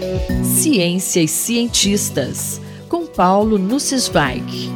Ciência e cientistas, com Paulo Nussweig.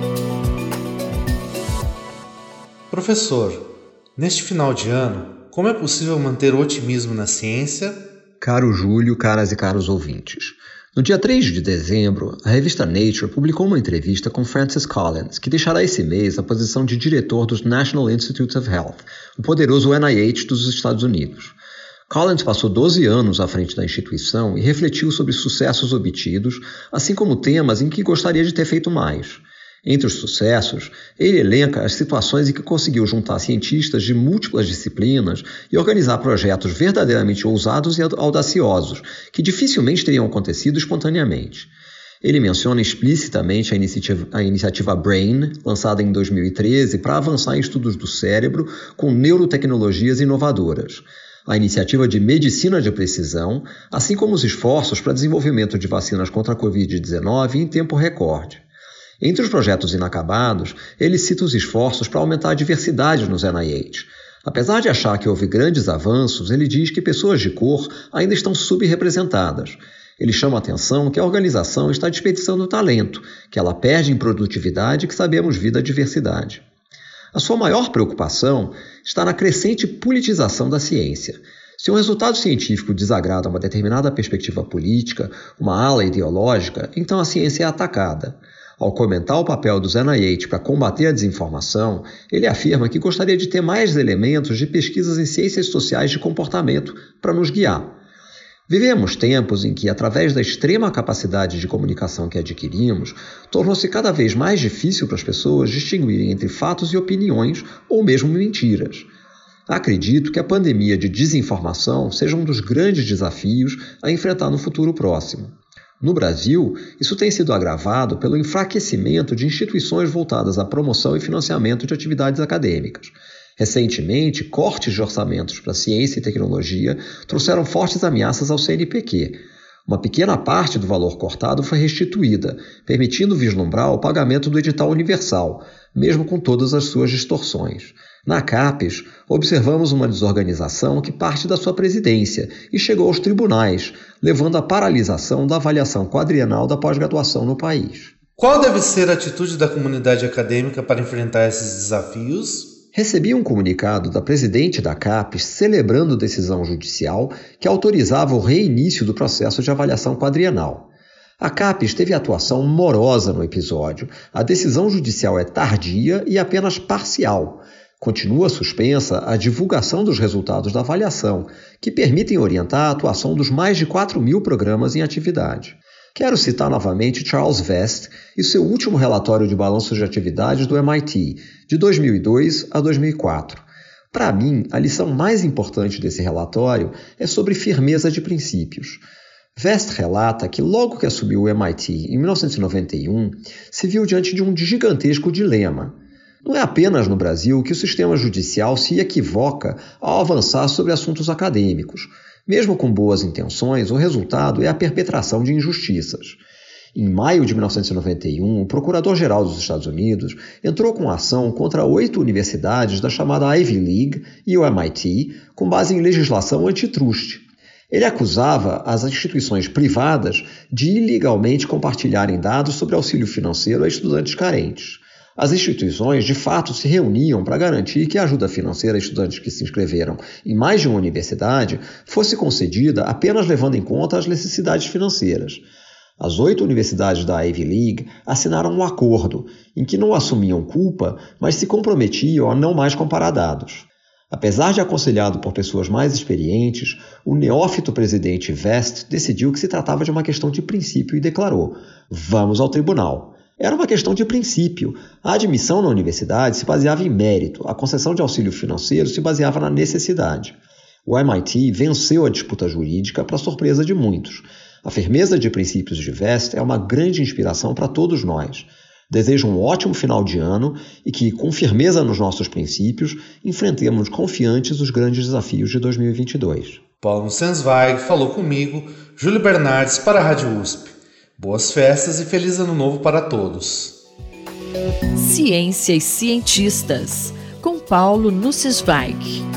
Professor, neste final de ano, como é possível manter o otimismo na ciência? Caro Júlio, caras e caros ouvintes. No dia 3 de dezembro, a revista Nature publicou uma entrevista com Francis Collins, que deixará esse mês a posição de diretor do National Institutes of Health, o poderoso NIH dos Estados Unidos. Collins passou 12 anos à frente da instituição e refletiu sobre sucessos obtidos, assim como temas em que gostaria de ter feito mais. Entre os sucessos, ele elenca as situações em que conseguiu juntar cientistas de múltiplas disciplinas e organizar projetos verdadeiramente ousados e audaciosos, que dificilmente teriam acontecido espontaneamente. Ele menciona explicitamente a iniciativa BRAIN, lançada em 2013 para avançar em estudos do cérebro com neurotecnologias inovadoras. A iniciativa de medicina de precisão, assim como os esforços para desenvolvimento de vacinas contra a Covid-19 em tempo recorde. Entre os projetos inacabados, ele cita os esforços para aumentar a diversidade nos NIH. Apesar de achar que houve grandes avanços, ele diz que pessoas de cor ainda estão subrepresentadas. Ele chama a atenção que a organização está desperdiçando talento, que ela perde em produtividade e que sabemos vir da diversidade. A sua maior preocupação está na crescente politização da ciência. Se um resultado científico desagrada uma determinada perspectiva política, uma ala ideológica, então a ciência é atacada. Ao comentar o papel dos NIH para combater a desinformação, ele afirma que gostaria de ter mais elementos de pesquisas em ciências sociais de comportamento para nos guiar. Vivemos tempos em que, através da extrema capacidade de comunicação que adquirimos, tornou-se cada vez mais difícil para as pessoas distinguirem entre fatos e opiniões ou mesmo mentiras. Acredito que a pandemia de desinformação seja um dos grandes desafios a enfrentar no futuro próximo. No Brasil, isso tem sido agravado pelo enfraquecimento de instituições voltadas à promoção e financiamento de atividades acadêmicas. Recentemente, cortes de orçamentos para ciência e tecnologia trouxeram fortes ameaças ao CNPq. Uma pequena parte do valor cortado foi restituída, permitindo vislumbrar o pagamento do edital universal, mesmo com todas as suas distorções. Na CAPES, observamos uma desorganização que parte da sua presidência e chegou aos tribunais, levando à paralisação da avaliação quadrienal da pós-graduação no país. Qual deve ser a atitude da comunidade acadêmica para enfrentar esses desafios? Recebi um comunicado da presidente da CAPES celebrando decisão judicial que autorizava o reinício do processo de avaliação quadrienal. A CAPES teve atuação morosa no episódio. A decisão judicial é tardia e apenas parcial. Continua suspensa a divulgação dos resultados da avaliação, que permitem orientar a atuação dos mais de 4.000 programas em atividade. Quero citar novamente Charles Vest e seu último relatório de balanços de atividades do MIT, de 2002 a 2004. Para mim, a lição mais importante desse relatório é sobre firmeza de princípios. Vest relata que logo que assumiu o MIT em 1991, se viu diante de um gigantesco dilema. Não é apenas no Brasil que o sistema judicial se equivoca ao avançar sobre assuntos acadêmicos. Mesmo com boas intenções, o resultado é a perpetração de injustiças. Em maio de 1991, o Procurador-Geral dos Estados Unidos entrou com ação contra 8 universidades da chamada Ivy League e o MIT, com base em legislação antitrust. Ele acusava as instituições privadas de ilegalmente compartilharem dados sobre auxílio financeiro a estudantes carentes. As instituições, de fato, se reuniam para garantir que a ajuda financeira a estudantes que se inscreveram em mais de uma universidade fosse concedida apenas levando em conta as necessidades financeiras. As 8 universidades da Ivy League assinaram um acordo em que não assumiam culpa, mas se comprometiam a não mais comparar dados. Apesar de aconselhado por pessoas mais experientes, o neófito presidente Vest decidiu que se tratava de uma questão de princípio e declarou: "Vamos ao tribunal." Era uma questão de princípio. A admissão na universidade se baseava em mérito, a concessão de auxílio financeiro se baseava na necessidade. O MIT venceu a disputa jurídica para surpresa de muitos. A firmeza de princípios de Vest é uma grande inspiração para todos nós. Desejo um ótimo final de ano e que, com firmeza nos nossos princípios, enfrentemos confiantes os grandes desafios de 2022. Paulo Nussweig falou comigo, Júlio Bernardes, para a Rádio USP. Boas festas e feliz ano novo para todos. Ciência e cientistas, com Paulo Nussweig.